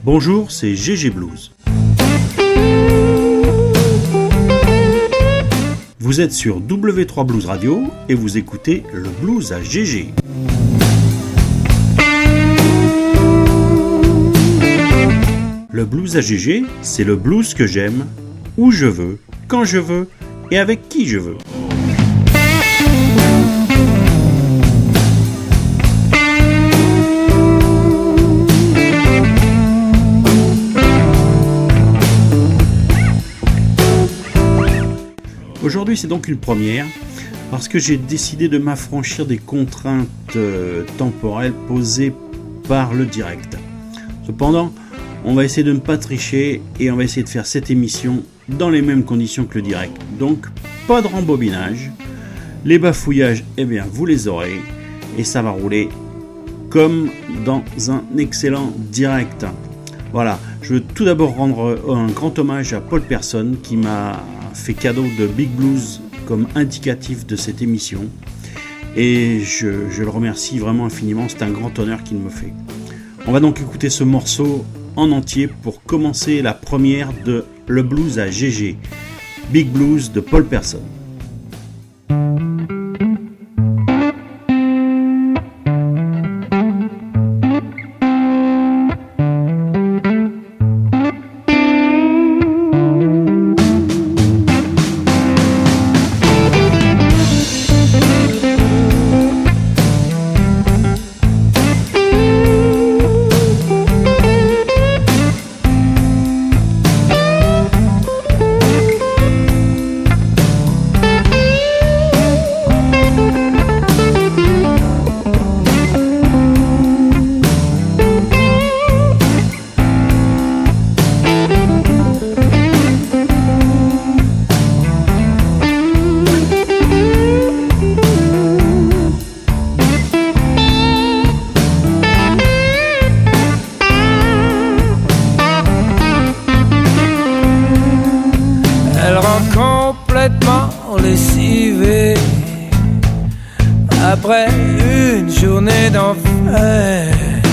Bonjour, c'est GG Blues. Vous êtes sur W3 Blues Radio et vous écoutez le blues à GG. Le blues à GG, c'est le blues que j'aime, où je veux, quand je veux et avec qui je veux. Aujourd'hui, c'est donc une première, parce que j'ai décidé de m'affranchir des contraintes temporelles posées par le direct. Cependant, on va essayer de ne pas tricher et on va essayer de faire cette émission dans les mêmes conditions que le direct. Donc, pas de rembobinage, les bafouillages, eh bien, vous les aurez, et ça va rouler comme dans un excellent direct. Voilà, je veux tout d'abord rendre un grand hommage à Paul Person qui m'a fait cadeau de Big Blues comme indicatif de cette émission et je le remercie vraiment infiniment, c'est un grand honneur qu'il me fait. On va donc écouter ce morceau en entier pour commencer la première de Le Blues à GG, Big Blues de Paul Person. Après une journée d'enfer,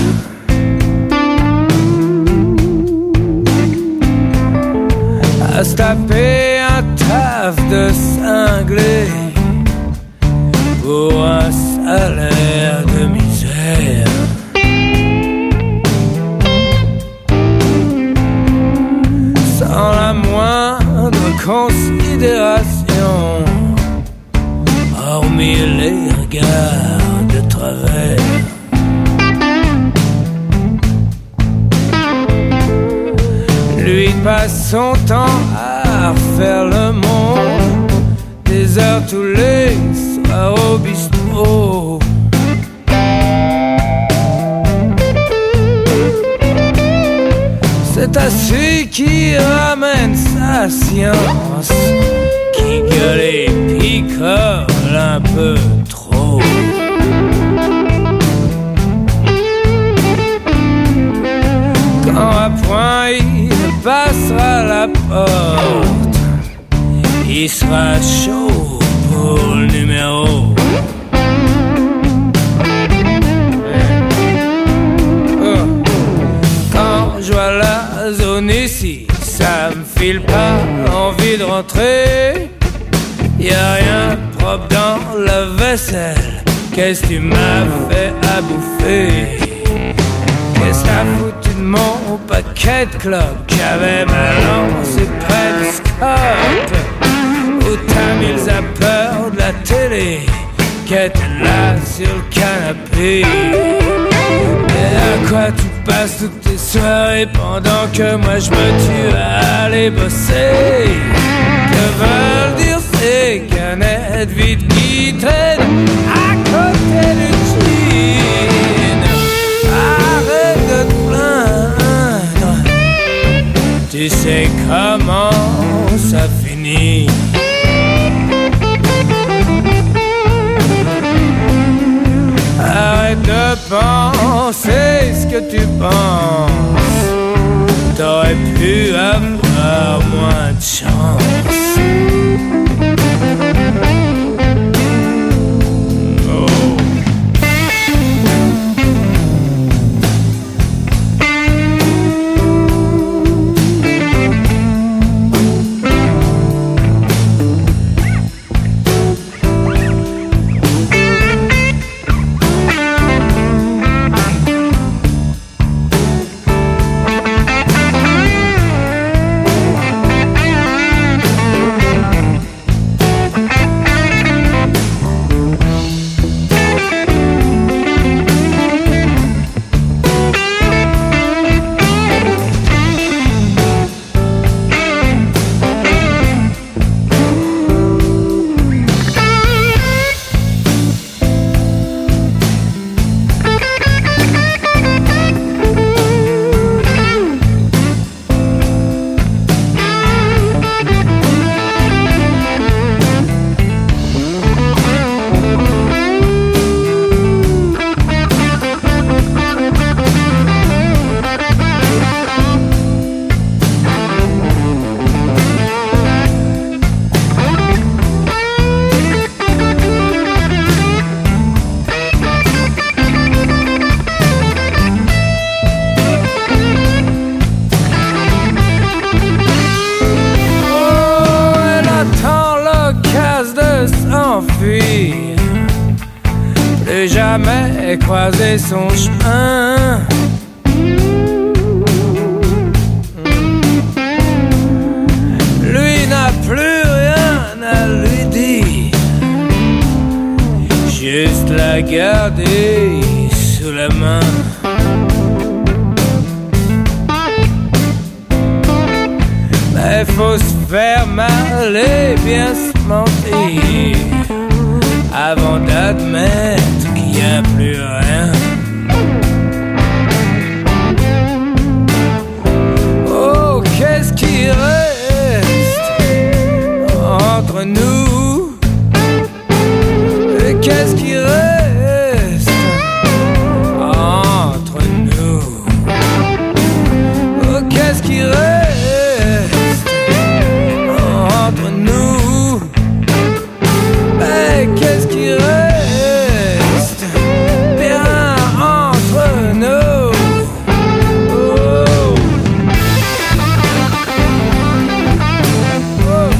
à se taper un taf de cinglé pour un salaire de misère. Sans la moindre considération, hormis les regards de travers. Lui passe son temps à refaire le monde, des heures tous les soirs au bistrot. C'est à celui qui ramène sa science, qui gueule et picole un peu trop. Quand à point il passera la porte, il sera chaud pour le numéro. Quand je vois la zone ici, ça me file pas envie de rentrer. Y'a rien de propre dans la vaisselle. Qu'est-ce que tu m'as fait à bouffer? Qu'est-ce que t'as foutu de mon paquet de clopes? J'avais balancé près du scope. Où t'as mis le zapper de la télé qui était là sur le canapé? Mais à quoi tu passes toutes tes soirées pendant que moi je me tue à aller bosser? Que veulent dire ces canettes vides qui traînent à côté du jean? Arrête de te plaindre, tu sais comment ça finit. Arrête de penser ce que tu penses, t'aurais pu avoir moins de chance. ait croisé son chemin. Lui n'a plus rien à lui dire, juste la garder sous la main. Mais faut se faire mal et bien se mentir avant d'admettre qu'il n'y a plus rien. Oh, qu'est-ce qui reste entre nous? Et qu'est-ce qui reste entre nous? Oh, qu'est-ce qui reste entre nous? Mais qu'est-ce qui reste bien entre nous? Oh. Oh.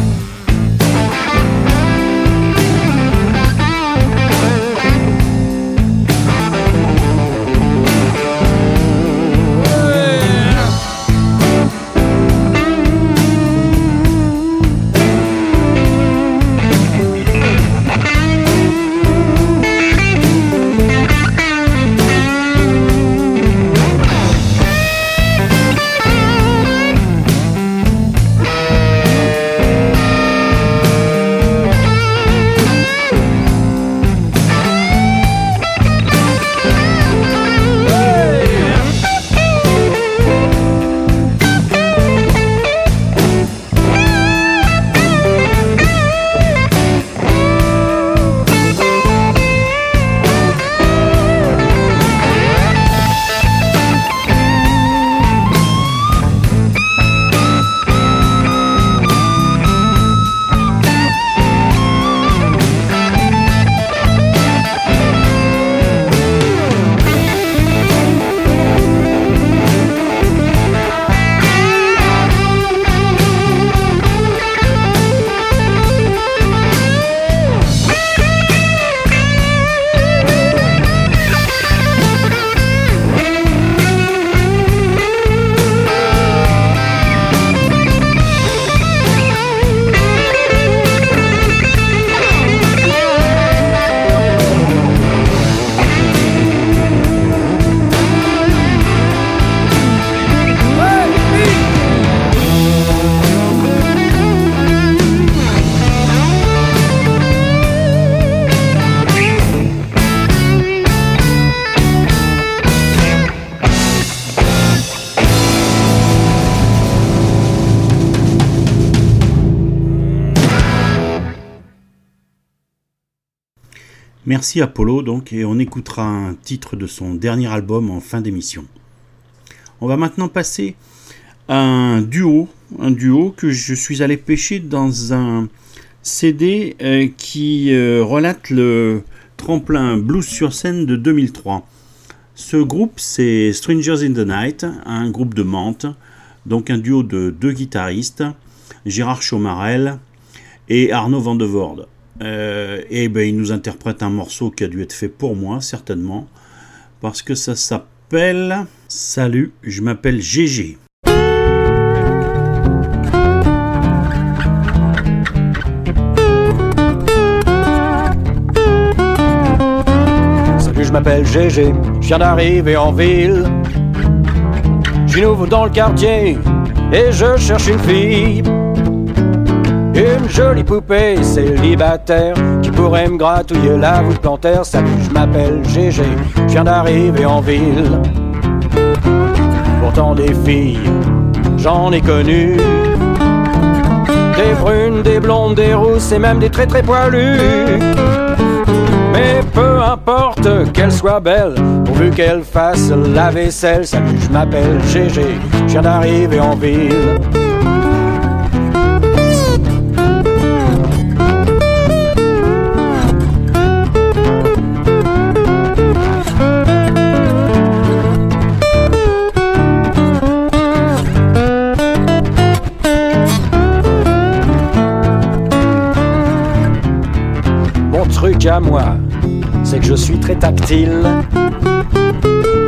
Merci Apollo donc, et on écoutera un titre de son dernier album en fin d'émission. On va maintenant passer à un duo que je suis allé pêcher dans un CD qui relate le tremplin blues sur scène de 2003. Ce groupe, c'est Strangers in the Night, un groupe de Mantes, donc un duo de 2 guitaristes, Gérard Chaumarel et Arnaud Van de Voorde. Il nous interprète un morceau qui a dû être fait pour moi, certainement, parce que ça s'appelle « Salut, je m'appelle GG ». Salut, je m'appelle GG, je viens d'arriver en ville. Je suis nouveau dans le quartier et je cherche une fille. Une jolie poupée célibataire qui pourrait me gratouiller la voûte plantaire. Salut, je m'appelle GG, je viens d'arriver en ville. Pourtant des filles, j'en ai connu. Des brunes, des blondes, des rousses et même des très très poilues. Mais peu importe qu'elle soit belle, pourvu qu'elle fasse la vaisselle. Salut, je m'appelle GG, je viens d'arriver en ville. À moi, c'est que je suis très tactile.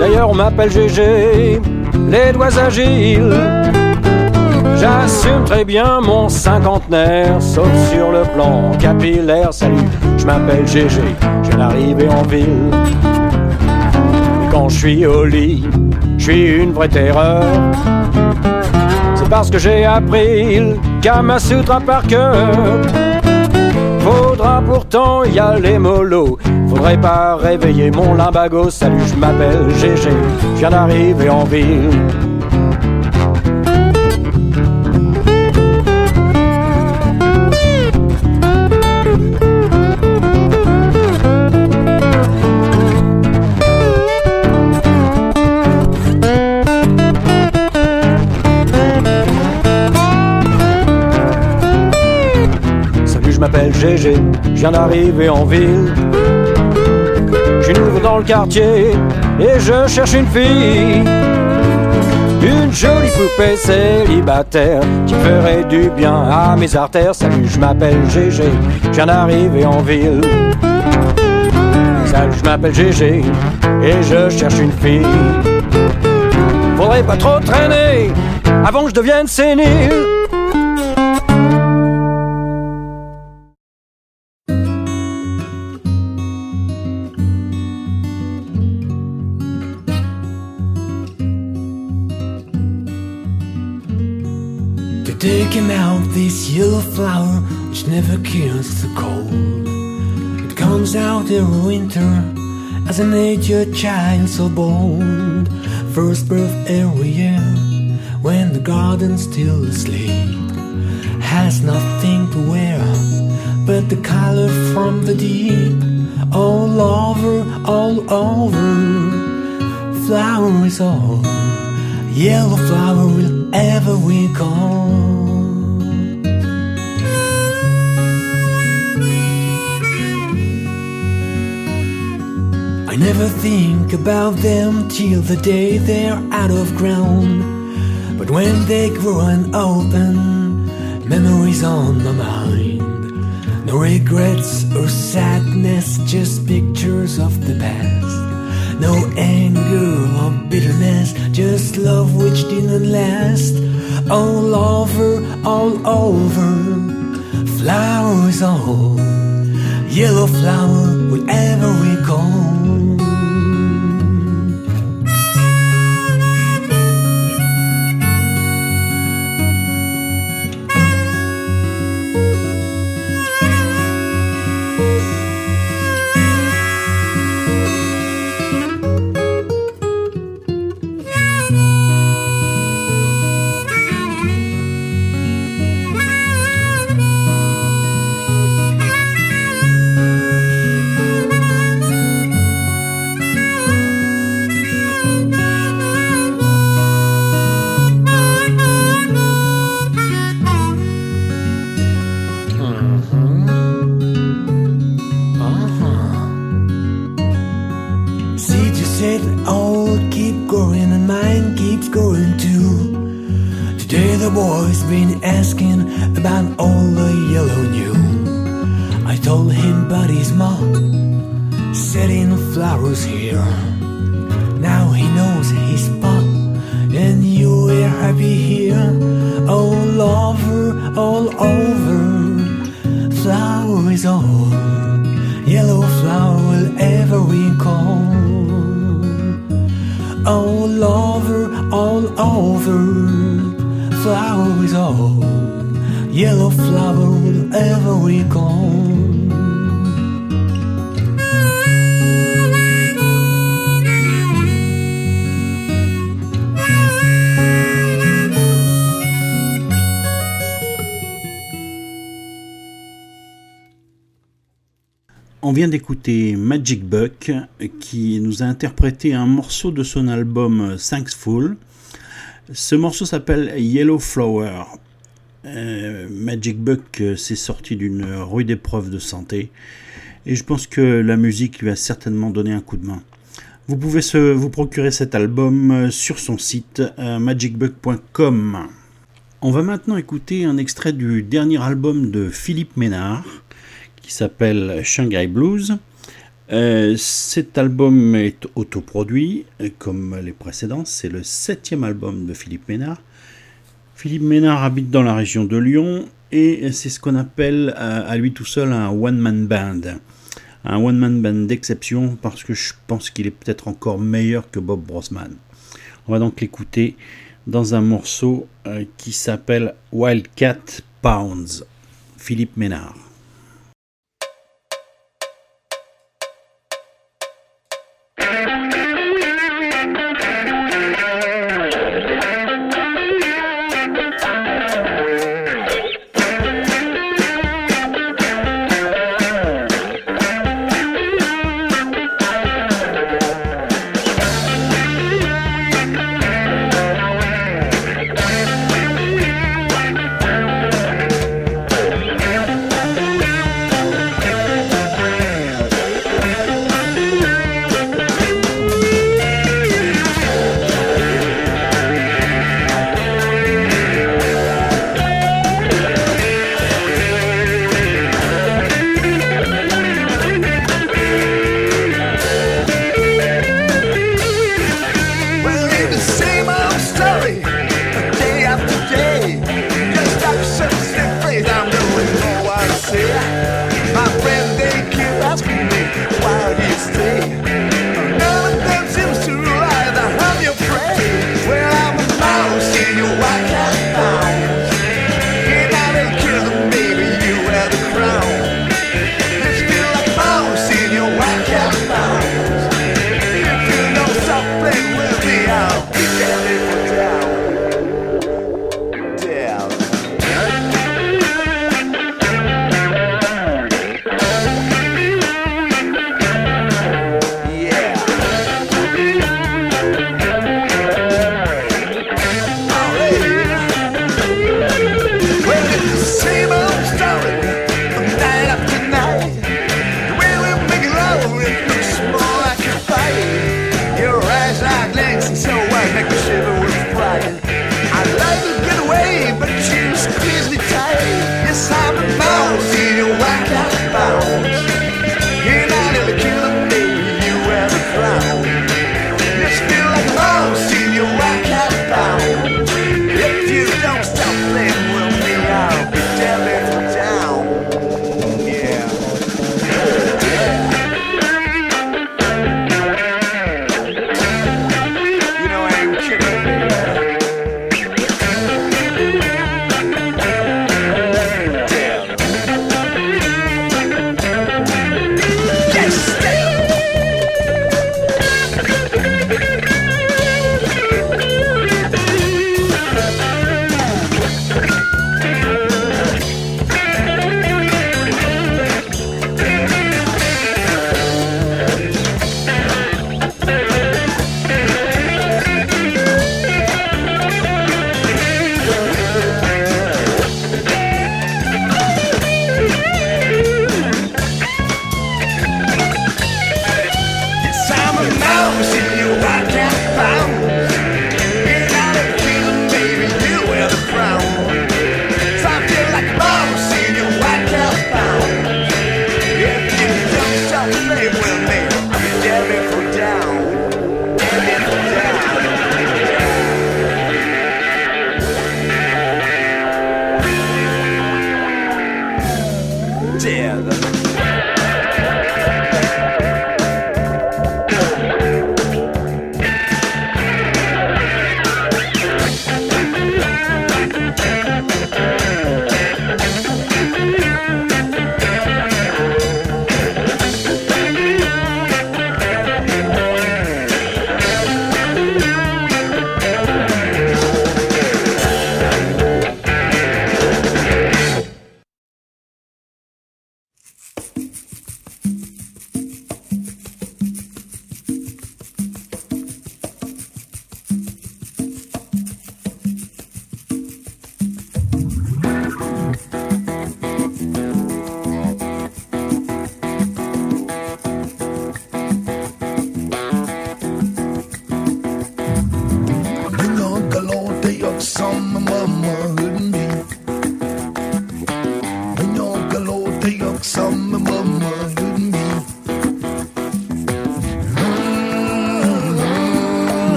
D'ailleurs on m'appelle GG, les doigts agiles. J'assume très bien mon cinquantenaire, sauf sur le plan capillaire. Salut, je m'appelle GG, je viens d'arriver en ville. Et quand je suis au lit, je suis une vraie terreur. C'est parce que j'ai appris le Kama Sutra par cœur. Faudra pourtant y aller mollo, faudrait pas réveiller mon limbago. Salut, je m'appelle GG, je viens d'arriver en ville. Je m'appelle GG, je viens d'arriver en ville. Je suis nouveau dans le quartier et je cherche une fille. Une jolie poupée célibataire qui ferait du bien à mes artères. Salut, je m'appelle GG, je viens d'arriver en ville. Salut, je m'appelle GG et je cherche une fille. Faudrait pas trop traîner avant que je devienne sénile. Take him out, this yellow flower which never kills the cold. It comes out every winter as a nature child so bold. First birth every year when the garden's still asleep. Has nothing to wear but the color from the deep. All over, flower is all. Yellow flower will ever we call. I never think about them till the day they're out of ground. But when they grow and open, memories on my mind. No regrets or sadness, just pictures of the past. No anger or bitterness, just love which didn't last. All over, flowers all. Yellow flower will ever recall. Been asking about all the yellow new. I told him but his mom setting flowers here. Now he knows his spot and you were happy here. All over flowers all. Yellow flower will ever recall. All over flower is all, yellow flower will ever recall. On vient d'écouter Magic Buck qui nous a interprété un morceau de son album Thankful. Ce morceau s'appelle Yellow Flower. Magic Buck s'est sorti d'une rude épreuve de santé et je pense que la musique lui a certainement donné un coup de main. Vous pouvez vous procurer cet album sur son site magicbuck.com. On va maintenant écouter un extrait du dernier album de Philippe Ménard qui s'appelle Shanghai Blues. Cet album est autoproduit, comme les précédents. C'est le 7e album de Philippe Ménard. Philippe Ménard habite dans la région de Lyon et c'est ce qu'on appelle à lui tout seul un one-man band. Un one-man band d'exception parce que je pense qu'il est peut-être encore meilleur que Bob Brosman. On va donc l'écouter dans un morceau qui s'appelle Wildcat Pounds. Philippe Ménard.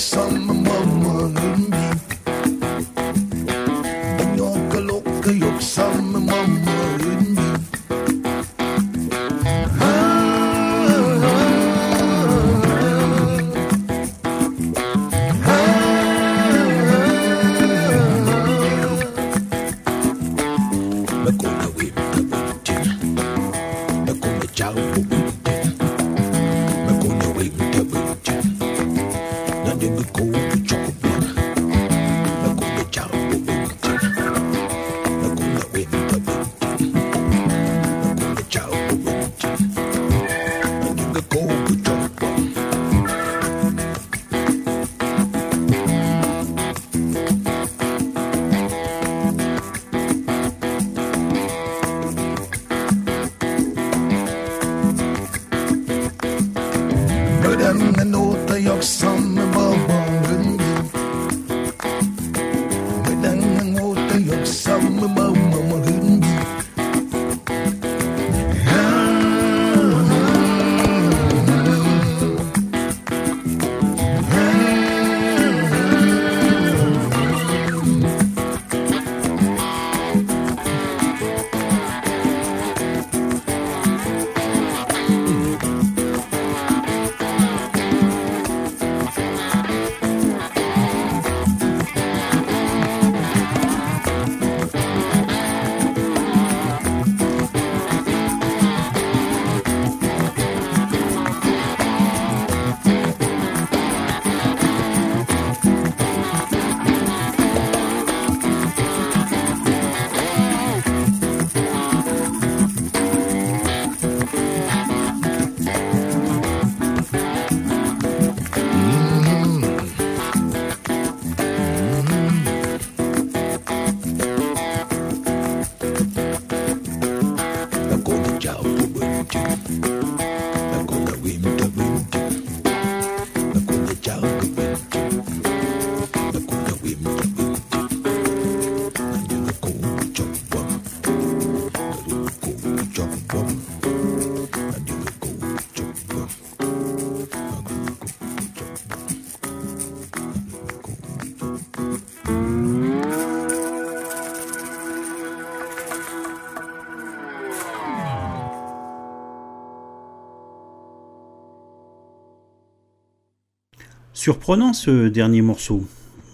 Surprenant ce dernier morceau.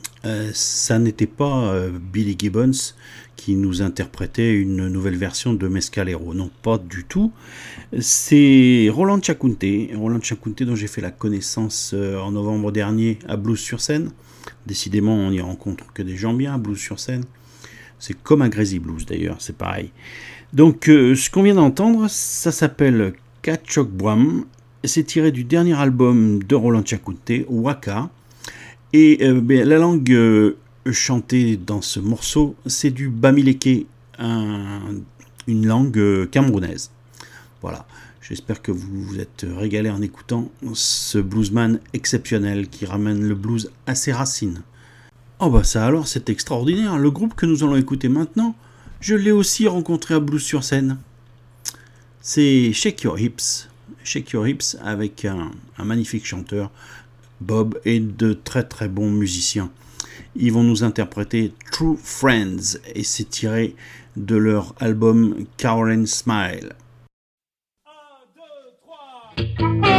Ça n'était pas Billy Gibbons qui nous interprétait une nouvelle version de Mescalero, non, pas du tout. C'est Roland Chacunte dont j'ai fait la connaissance en novembre dernier à Blues-sur-Seine. Décidément, on n'y rencontre que des gens bien à Blues-sur-Seine. C'est comme à Crazy Blues d'ailleurs, c'est pareil. Donc ce qu'on vient d'entendre, ça s'appelle Kachokbwam. C'est tiré du dernier album de Roland Chacunte, Waka. Et la langue chantée dans ce morceau, c'est du Bamileke, une langue camerounaise. Voilà, j'espère que vous vous êtes régalé en écoutant ce bluesman exceptionnel qui ramène le blues à ses racines. Oh bah ça alors, c'est extraordinaire. Le groupe que nous allons écouter maintenant, je l'ai aussi rencontré à Blues-sur-Seine. C'est Shake Your Hips. Shake Your Hips avec un magnifique chanteur, Bob, et de très très bons musiciens. Ils vont nous interpréter True Friends et c'est tiré de leur album Caroline Smile. 1, 2, 3.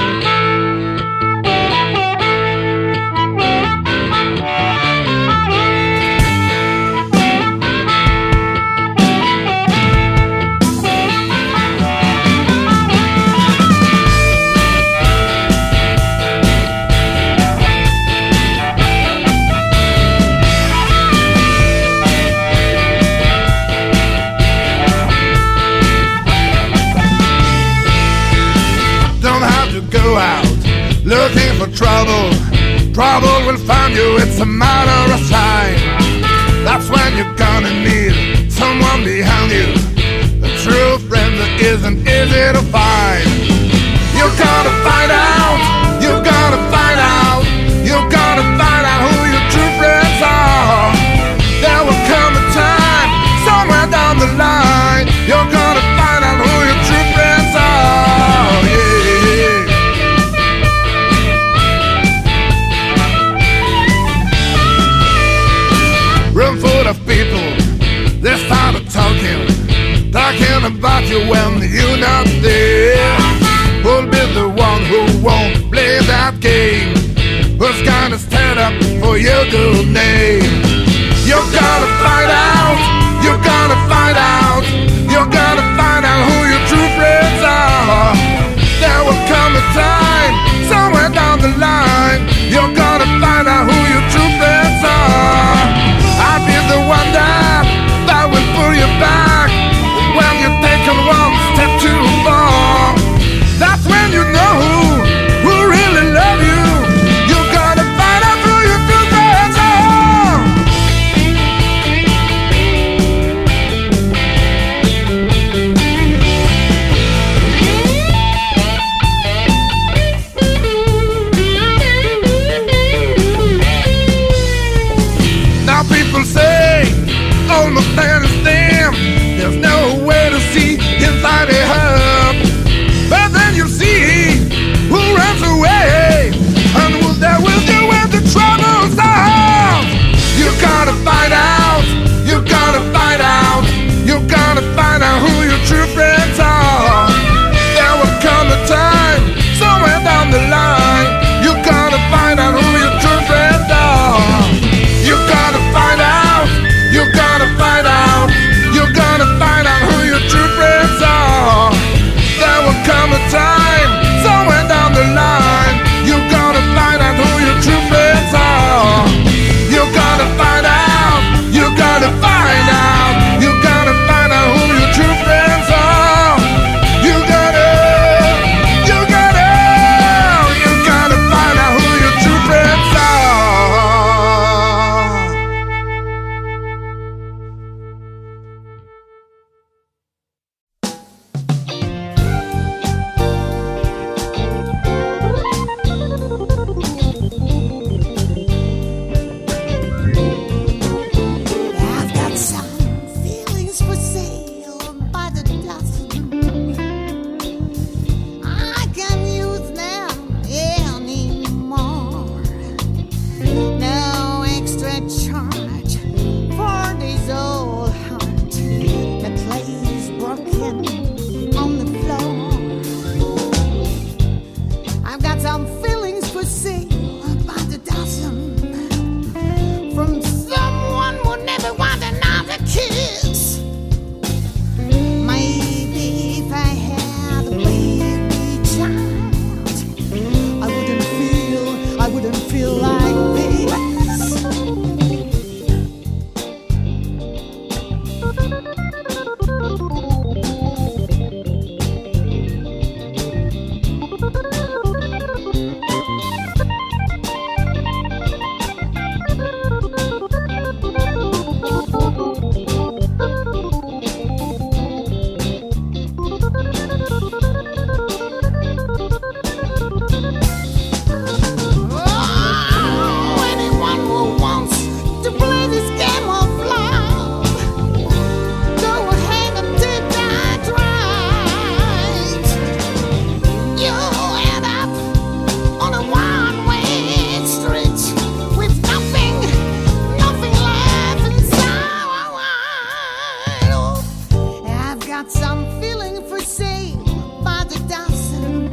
Go out looking for trouble. Trouble will find you, it's a matter of time. That's when you're gonna need someone behind you. A true friend that isn't easy to find. You gotta find out, you gotta find out, you gotta find out who your true friends are. There will come a time, somewhere down the line, you're gonna find out who your true friends are. Yeah. up for your good name. You're gonna find out, you're gonna find out, you're gonna find out who your true friends are. There will come a time, somewhere down the line, you're gonna find out who your true friends are. I'll be the one that will pull you back when you're taking one step too far. That's when you know who really love you. You're gonna find out who your true friends are. Now people say, oh, my plan is dim. There's no way to see inside a hub. But then you see who runs away and who's there with you when the trouble's out. You gotta find out, you gotta find out, you gotta find out who your true friends are. There will come a time, somewhere down the line, you gotta find out who your true friends are. You gotta find out, you gotta find out, you gotta find out who your true friends are. There will come a time, somewhere down the line, you gotta find out who your true friends are. You gotta find out, you gotta find out, you gotta find out who your true friends are. You gotta find out who your true friends are. I've got some feelings for sale by the dozen. I can't use them anymore. No extra charge for this old heart that plays broken on the floor. I've got some feelings for sale by the dozen. From someone who never want another kiss. Maybe if I had a baby child, I wouldn't feel like this. Anyone who wants to play this game of love, go hang and take that right. You end up on a one-way street with nothing left inside. Oh, I've got some feeling for sale by the dozen.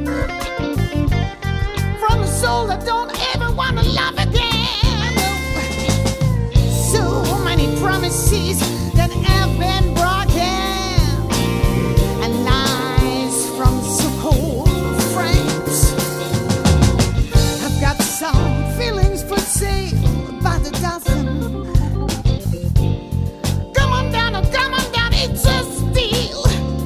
From a soul that don't ever wanna love again. So many promises that have been broken, and lies from so-called friends. I've got some feelings for sale by the dozen. Come on down, it's a steal.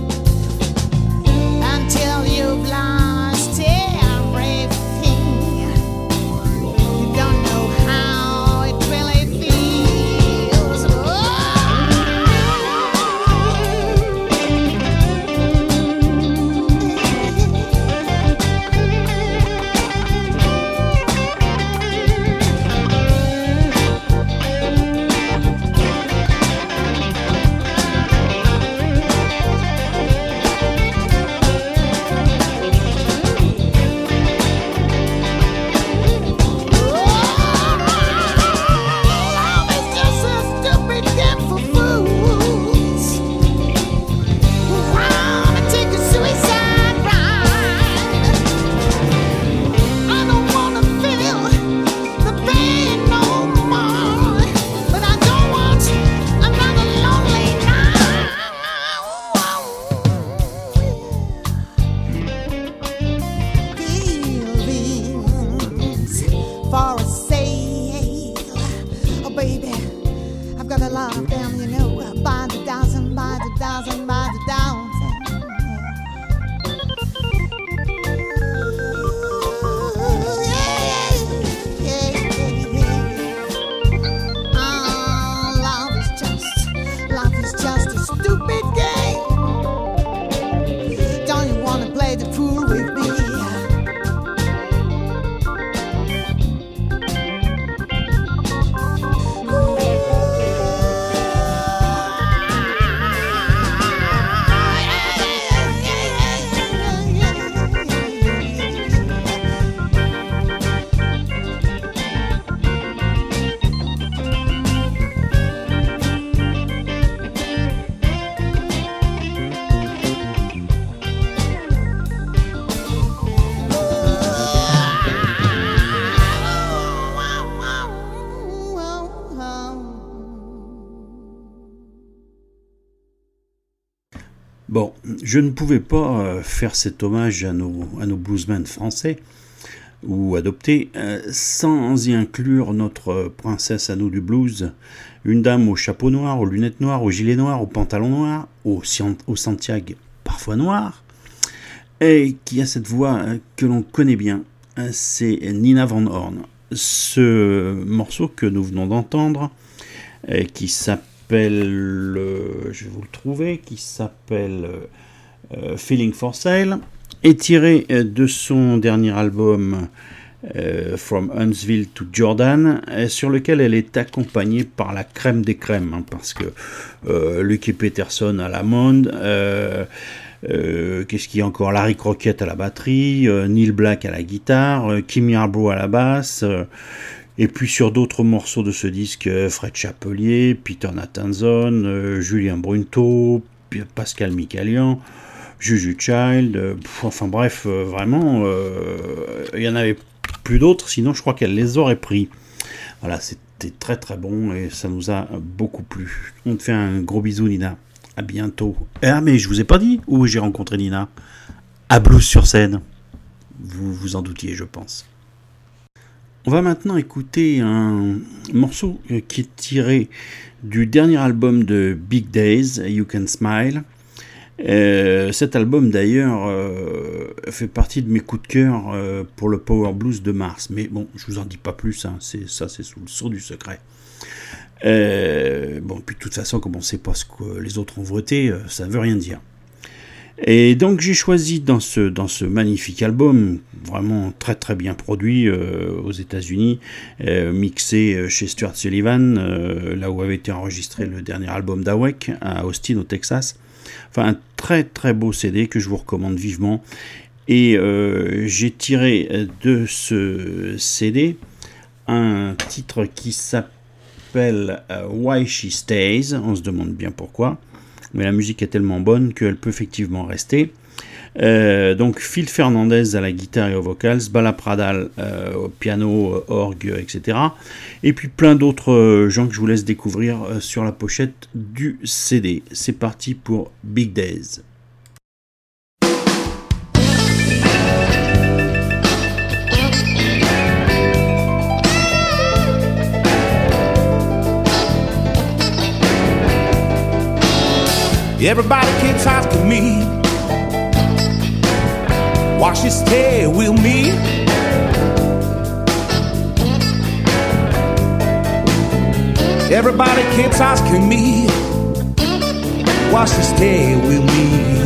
Until you've lost everything, you don't know how it really feels. Oh, Bon, je ne pouvais pas faire cet hommage à nos bluesmen français ou adoptés sans y inclure notre princesse à nous du blues, une dame au chapeau noir, aux lunettes noires, au gilet noir, au pantalon noir, au Santiago parfois noir, et qui a cette voix que l'on connaît bien, c'est Nina Van Horn. Ce morceau que nous venons d'entendre, qui s'appelle, je vais vous le trouver, qui s'appelle Feeling for Sale, est tiré de son dernier album From Huntsville to Jordan, sur lequel elle est accompagnée par la crème des crèmes, hein, parce que Lucky Peterson à la monde, qu'est-ce qu'il y a encore, Larry Crockett à la batterie, Neil Black à la guitare, Kim Yarbrough à la basse, et puis sur d'autres morceaux de ce disque, Fred Chapelier, Peter Nathanson, Julien Brunto, Pascal Micalian, Juju Child, enfin bref, vraiment, il y en avait plus d'autres, sinon je crois qu'elle les aurait pris. Voilà, c'était très très bon et ça nous a beaucoup plu. On te fait un gros bisou, Nina. À bientôt. Ah, mais je vous ai pas dit où j'ai rencontré Nina. À Blues sur scène. Vous vous en doutiez, je pense. On va maintenant écouter un morceau qui est tiré du dernier album de Big Days, You Can Smile. Cet album d'ailleurs fait partie de mes coups de cœur pour le Power Blues de mars. Mais bon, je vous en dis pas plus, hein. C'est sous le sceau du secret. Bon, puis de toute façon, comme on ne sait pas ce que les autres ont voté, ça ne veut rien dire. Et donc j'ai choisi dans ce magnifique album, vraiment très très bien produit aux États-Unis, mixé chez Stuart Sullivan, là où avait été enregistré le dernier album d'Awek, à Austin au Texas. Enfin, un très très beau CD que je vous recommande vivement. Et j'ai tiré de ce CD un titre qui s'appelle Why She Stays. On se demande bien pourquoi, mais la musique est tellement bonne qu'elle peut effectivement rester. Donc Phil Fernandez à la guitare et aux vocals, Bala Pradal au piano, orgue, etc. Et puis plein d'autres gens que je vous laisse découvrir sur la pochette du CD. C'est parti pour Big Days. Everybody keeps asking me why she stay with me. Everybody keeps asking me why she stay with me.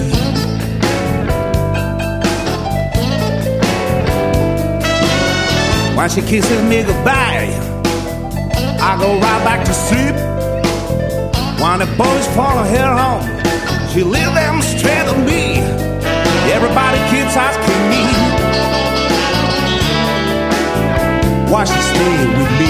When she kisses me goodbye, I go right back to sleep. When the boys follow her home, she leave them straight to me. Everybody keeps asking me why she stay with me.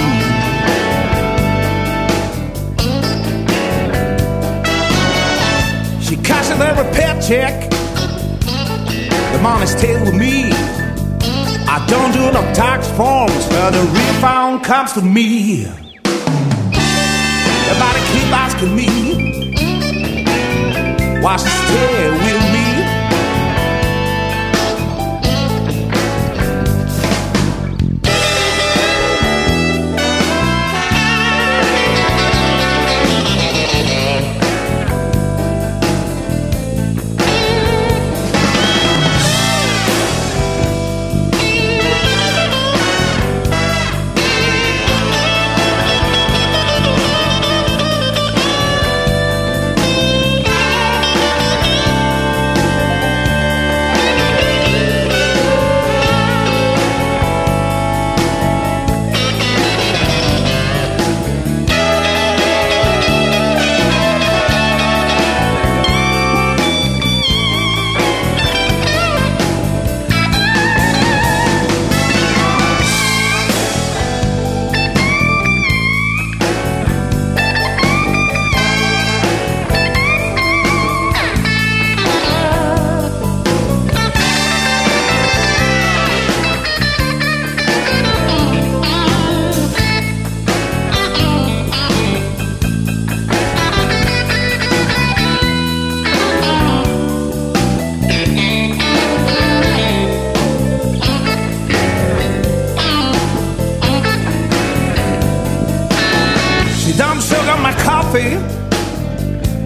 She cashes every paycheck, the money stays with me. I don't do no tax forms, so the refund comes to me. Everybody keep asking me why she stay with me.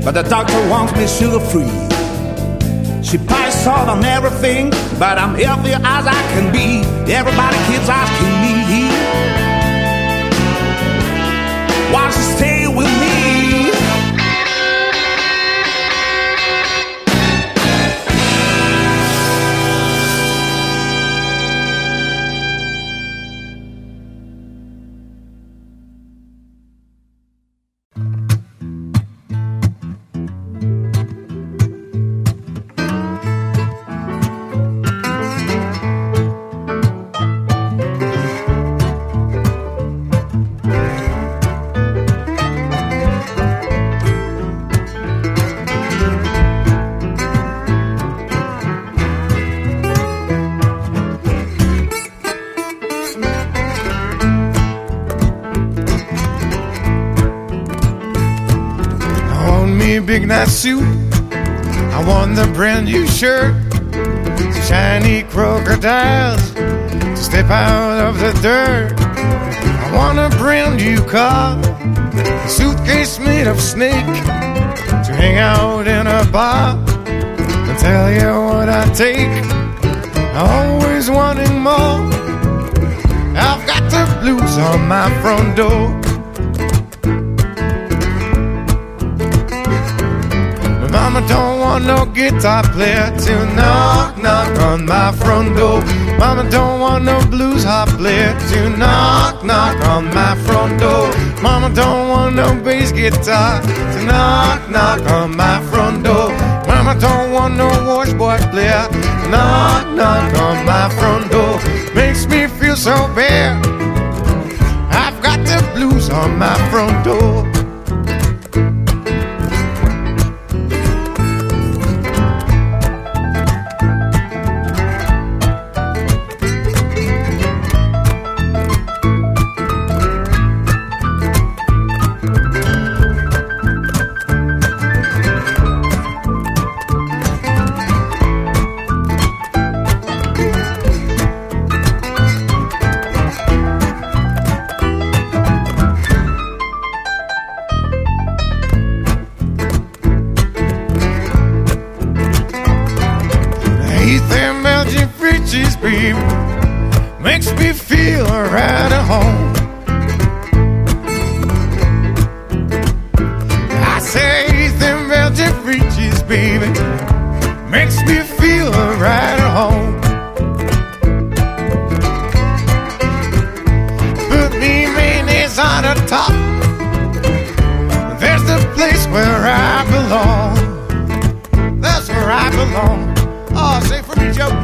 but the doctor wants me sugar-free. She pies salt on everything, but I'm healthy as I can be. Everybody keeps asking me, why she stay with me? Big nice suit, I want the brand new shirt, shiny crocodiles to step out of the dirt. I want a brand new car, a suitcase made of snake, to hang out in a bar and tell you what I take. Always wanting more, I've got the blues on my front door. Mama don't want no guitar player to knock, knock on my front door. Mama don't want no blues harp player to knock, knock on my front door. Mama don't want no bass guitar to knock, knock on my front door. Mama don't want no washboard player to knock, knock on my front door. Makes me feel so bad, I've got the blues on my front door. Makes me feel right at home. I say them Belgian breeches, baby, makes me feel right at home. Put me mayonnaise on the top, there's the place where I belong. That's where I belong. Oh, say for me, Joe.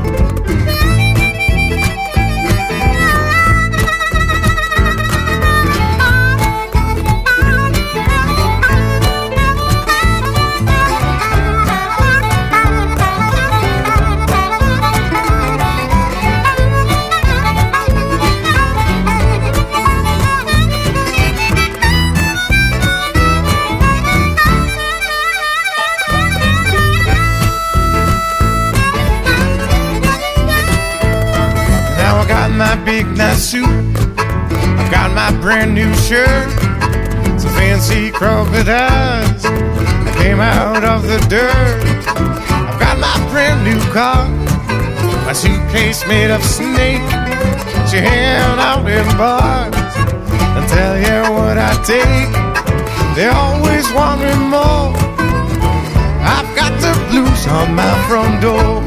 My big nice suit, I've got my brand new shirt, some fancy crocodiles that came out of the dirt. I've got my brand new car, my suitcase made of snake, she hang out in bars and tell you what I take. They always want me more, I've got the blues on my front door.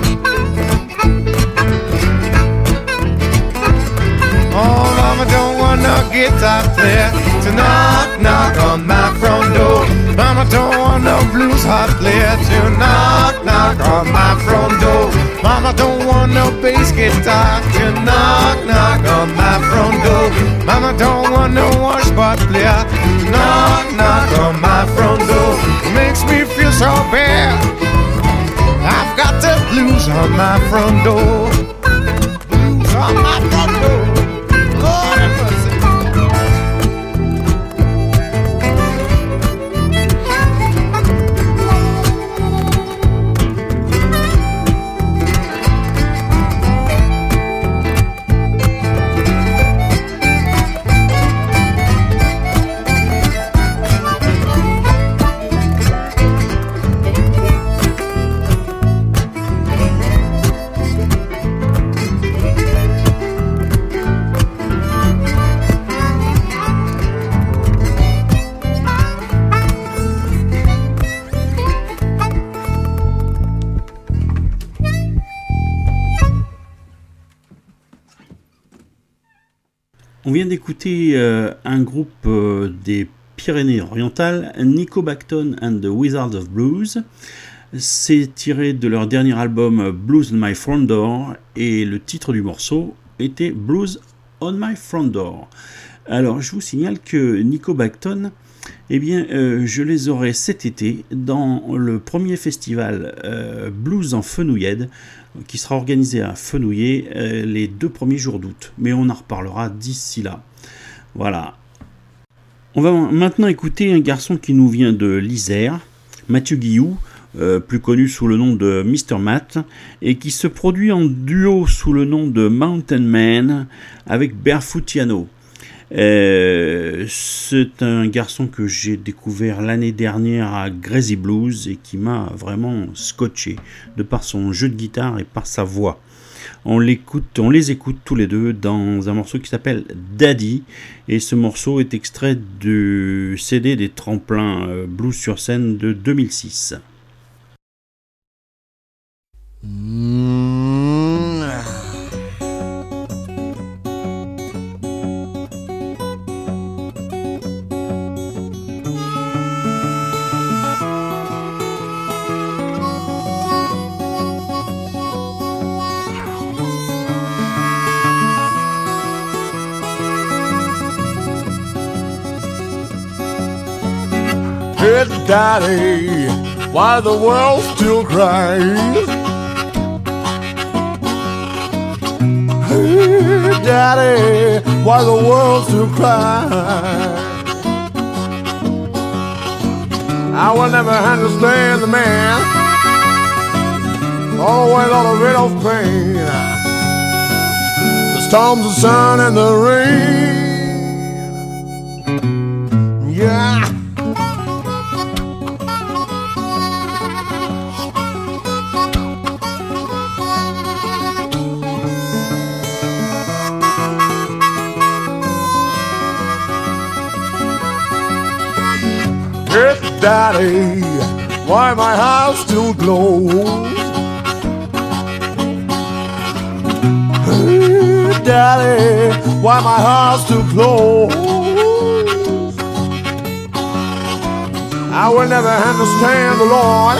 Oh, mama don't want no guitar player to knock, knock on my front door. Mama don't want no blues harp player to knock, knock on my front door. Mama don't want no bass guitar to knock, knock on my front door. Mama don't want no washboard player to knock, knock on my front door. It makes me feel so bad, I've got the blues on my front door. Blues on my front door. Lord have mercy. On vient d'écouter un groupe des Pyrénées-Orientales, Nico Bacton and the Wizards of Blues. C'est tiré de leur dernier album Blues on My Front Door et le titre du morceau était Blues on My Front Door. Alors je vous signale que Nico Bacton, je les aurai cet été dans le premier festival Blues en Fenouillède qui sera organisé à Fenouillet les 2 premiers jours d'août. Mais on en reparlera d'ici là. Voilà. On va maintenant écouter un garçon qui nous vient de l'Isère, Mathieu Guillou, plus connu sous le nom de Mr. Matt, et qui se produit en duo sous le nom de Mountain Man avec Barefoot-Yano. C'est un garçon que j'ai découvert l'année dernière à Grazy Blues et qui m'a vraiment scotché de par son jeu de guitare et par sa voix. On les écoute tous les deux dans un morceau qui s'appelle Daddy, et ce morceau est extrait du CD des Tremplins Blues sur scène de 2006. Hey, Daddy, why the world still cries? Hey, Daddy, why the world still cries? I will never understand the man always on a rid of pain. The storms, the sun, and the rain. Yeah. Daddy, why my house still glows? Hey, Daddy, why my house still glows? I will never understand the Lord,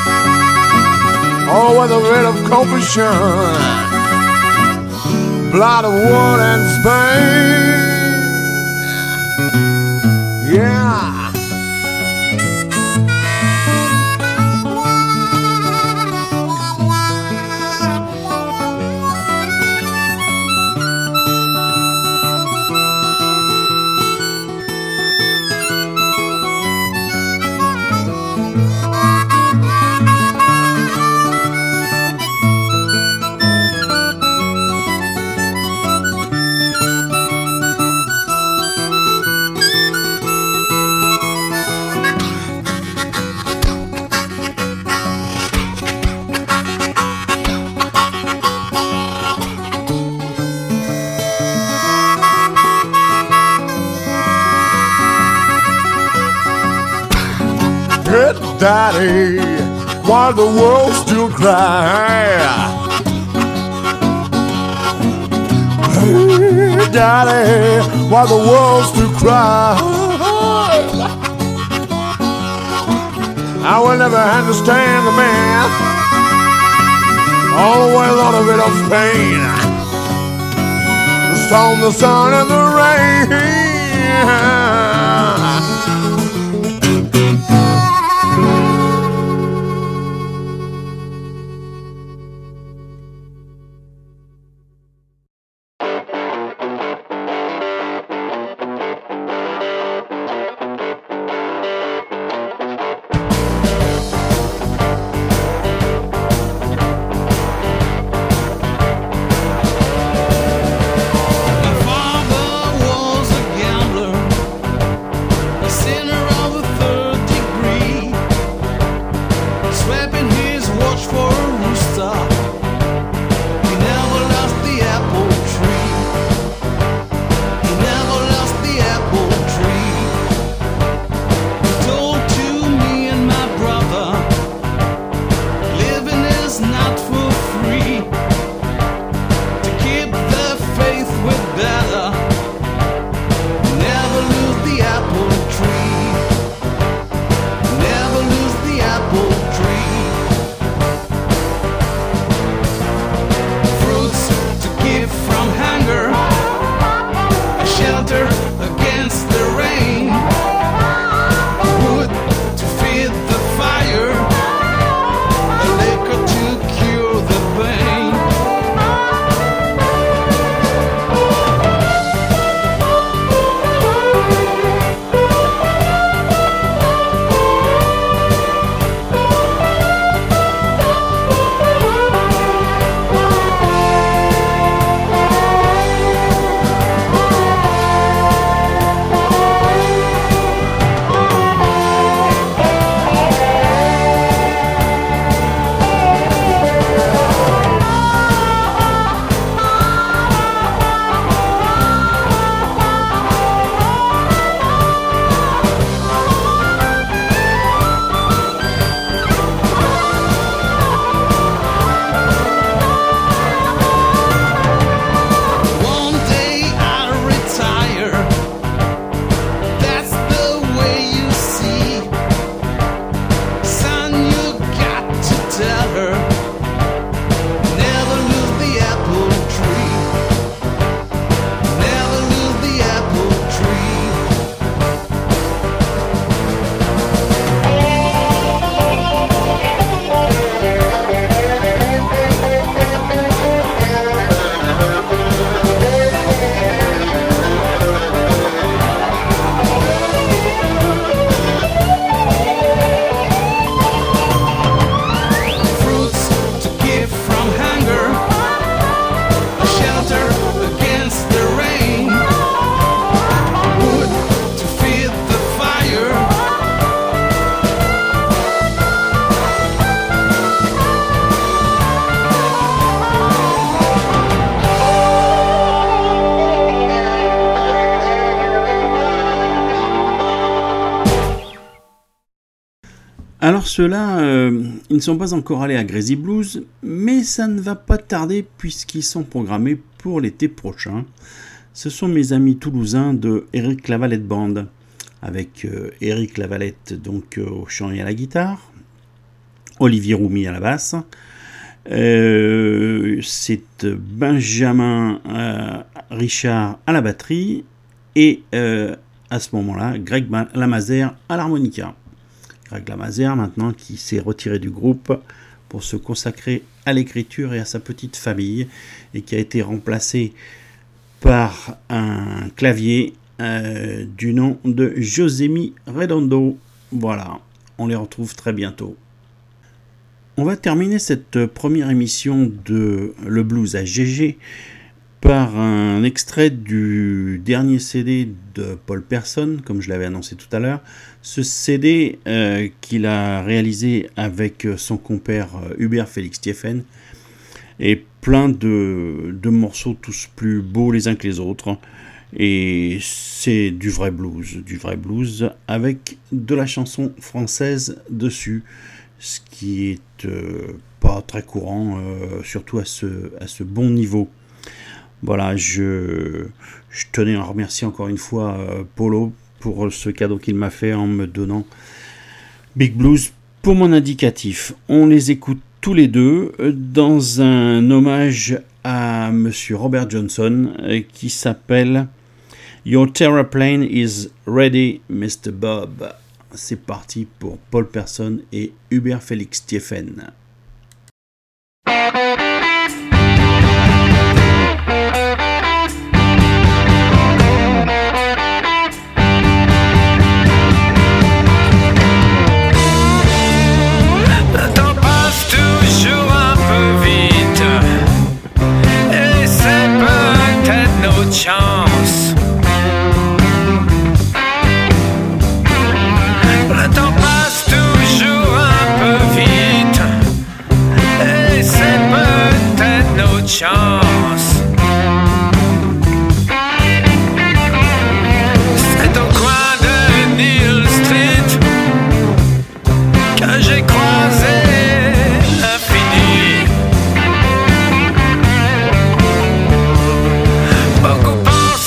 or with a bit of compassion, blood of wood and Spain. Yeah. Daddy, why the world still cry? Hey, Daddy, why the world still cry? I will never understand the man always on a bit of pain. The storm, the sun, and the rain. Alors ceux-là, ils ne sont pas encore allés à Crazy Blues, mais ça ne va pas tarder puisqu'ils sont programmés pour l'été prochain. Ce sont mes amis toulousains de Eric Lavalette Band, avec Eric Lavalette donc au chant et à la guitare, Olivier Roumy à la basse, c'est Benjamin Richard à la batterie et à ce moment-là Greg Lamazère à l'harmonica. Greg Lamazère maintenant qui s'est retiré du groupe pour se consacrer à l'écriture et à sa petite famille et qui a été remplacé par un clavier du nom de Josemi Redondo. Voilà, on les retrouve très bientôt. On va terminer cette première émission de Le Blues à GG par un extrait du dernier CD de Paul Person, comme je l'avais annoncé tout à l'heure. Ce CD qu'il a réalisé avec son compère Hubert Félix Thieffen est plein de morceaux tous plus beaux les uns que les autres. Et c'est du vrai blues avec de la chanson française dessus, ce qui est pas très courant, surtout à ce bon niveau. Voilà, je tenais à remercier encore une fois Polo pour ce cadeau qu'il m'a fait en me donnant Big Blues pour mon indicatif. On les écoute tous les deux dans un hommage à Monsieur Robert Johnson qui s'appelle Your Terraplane is ready, Mr. Bob. C'est parti pour Paul Person et Hubert Félix Thieffen. Chance. Le temps passe toujours un peu vite et c'est peut-être notre chance. C'est au coin de Neal Street que j'ai croisé l'infini. Beaucoup pensent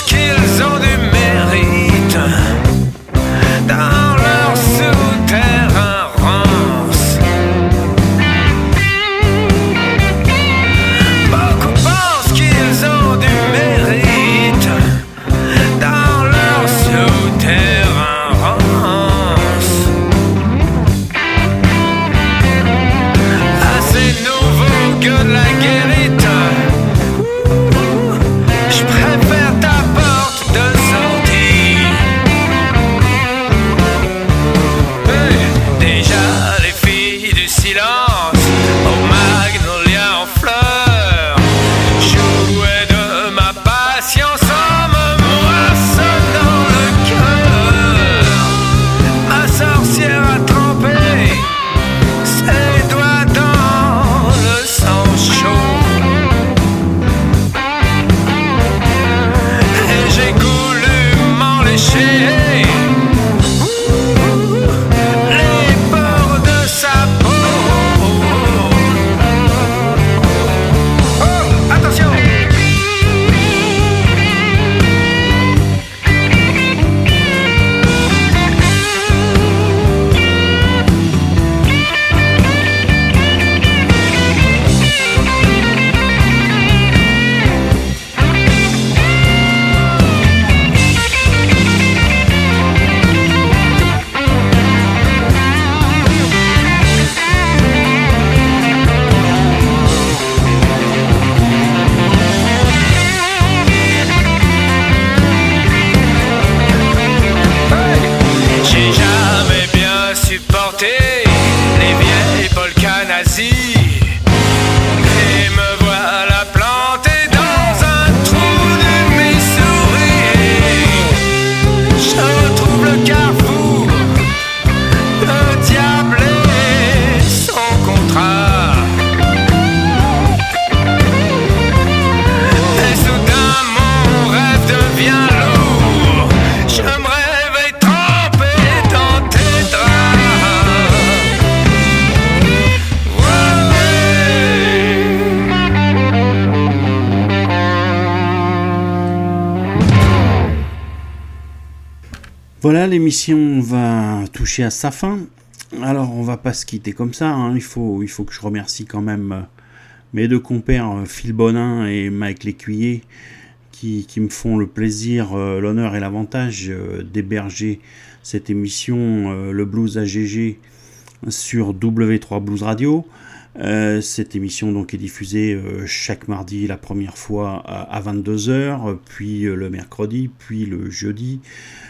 Voilà, l'émission va toucher à sa fin. Alors, on va pas se quitter comme ça, hein. Il faut que je remercie quand même mes deux compères, Phil Bonin et Mike Lécuyer, qui me font le plaisir, l'honneur et l'avantage d'héberger cette émission, le Blues AGG, sur W3 Blues Radio. Cette émission donc est diffusée chaque mardi la première fois à 22h, puis le mercredi, puis le jeudi,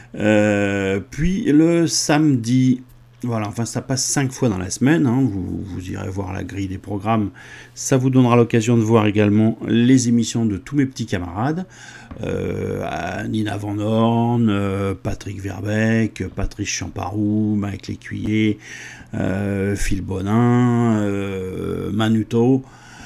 puis le samedi. Voilà, enfin ça passe 5 fois dans la semaine, hein. Vous irez voir la grille des programmes, ça vous donnera l'occasion de voir également les émissions de tous mes petits camarades, Nina Van Horn, Patrick Verbeek, Patrice Champarou, Mike Lécuyer, Phil Bonin, Manuto,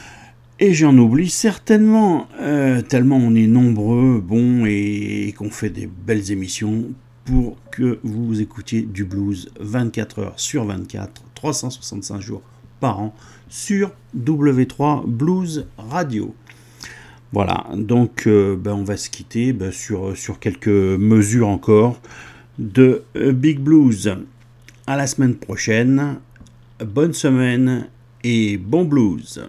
et j'en oublie certainement, tellement on est nombreux, bon, et qu'on fait des belles émissions pour que vous écoutiez du blues 24 heures sur 24, 365 jours par an sur W3 Blues Radio. Voilà, donc on va se quitter sur quelques mesures encore de Big Blues. À la semaine prochaine, bonne semaine et bon blues.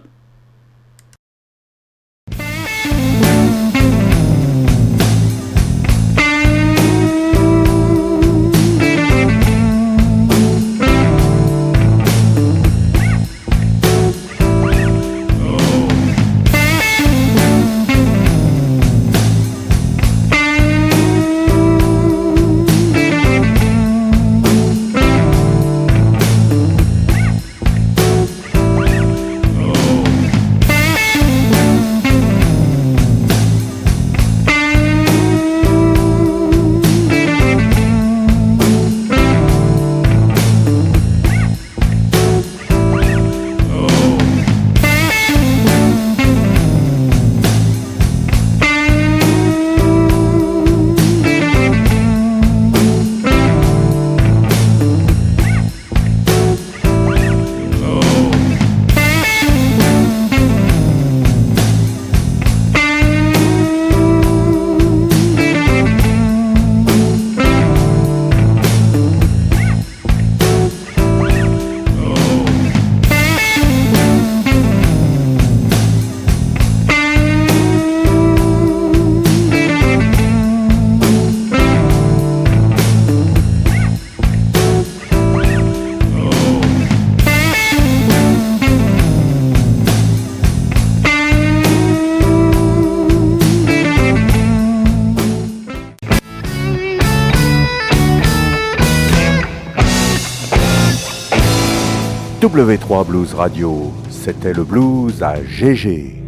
W3 Blues Radio, c'était le blues à GG.